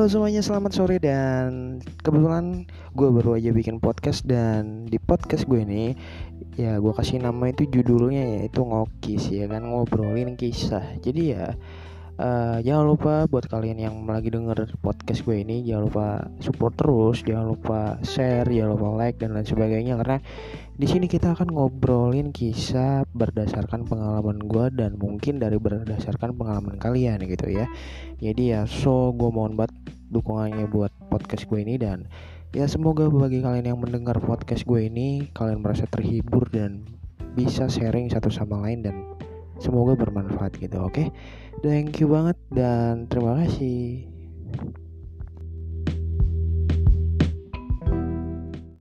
Halo semuanya, selamat sore dan kebetulan gue baru aja bikin podcast. Dan di podcast gue ini ya gue kasih nama itu, judulnya yaitu ngokis, ya kan, ngobrolin kisah. Jadi ya jangan lupa buat kalian yang lagi denger podcast gue ini, jangan lupa support terus, jangan lupa share, jangan lupa like dan lain sebagainya, karena di sini kita akan ngobrolin kisah berdasarkan pengalaman gue dan mungkin dari berdasarkan pengalaman kalian gitu ya. Jadi ya, gue mohon banget dukungannya buat podcast gue ini. Dan ya, semoga bagi kalian yang mendengar podcast gue ini, kalian merasa terhibur dan bisa sharing satu sama lain, dan semoga bermanfaat gitu. Oke, thank you banget dan terima kasih.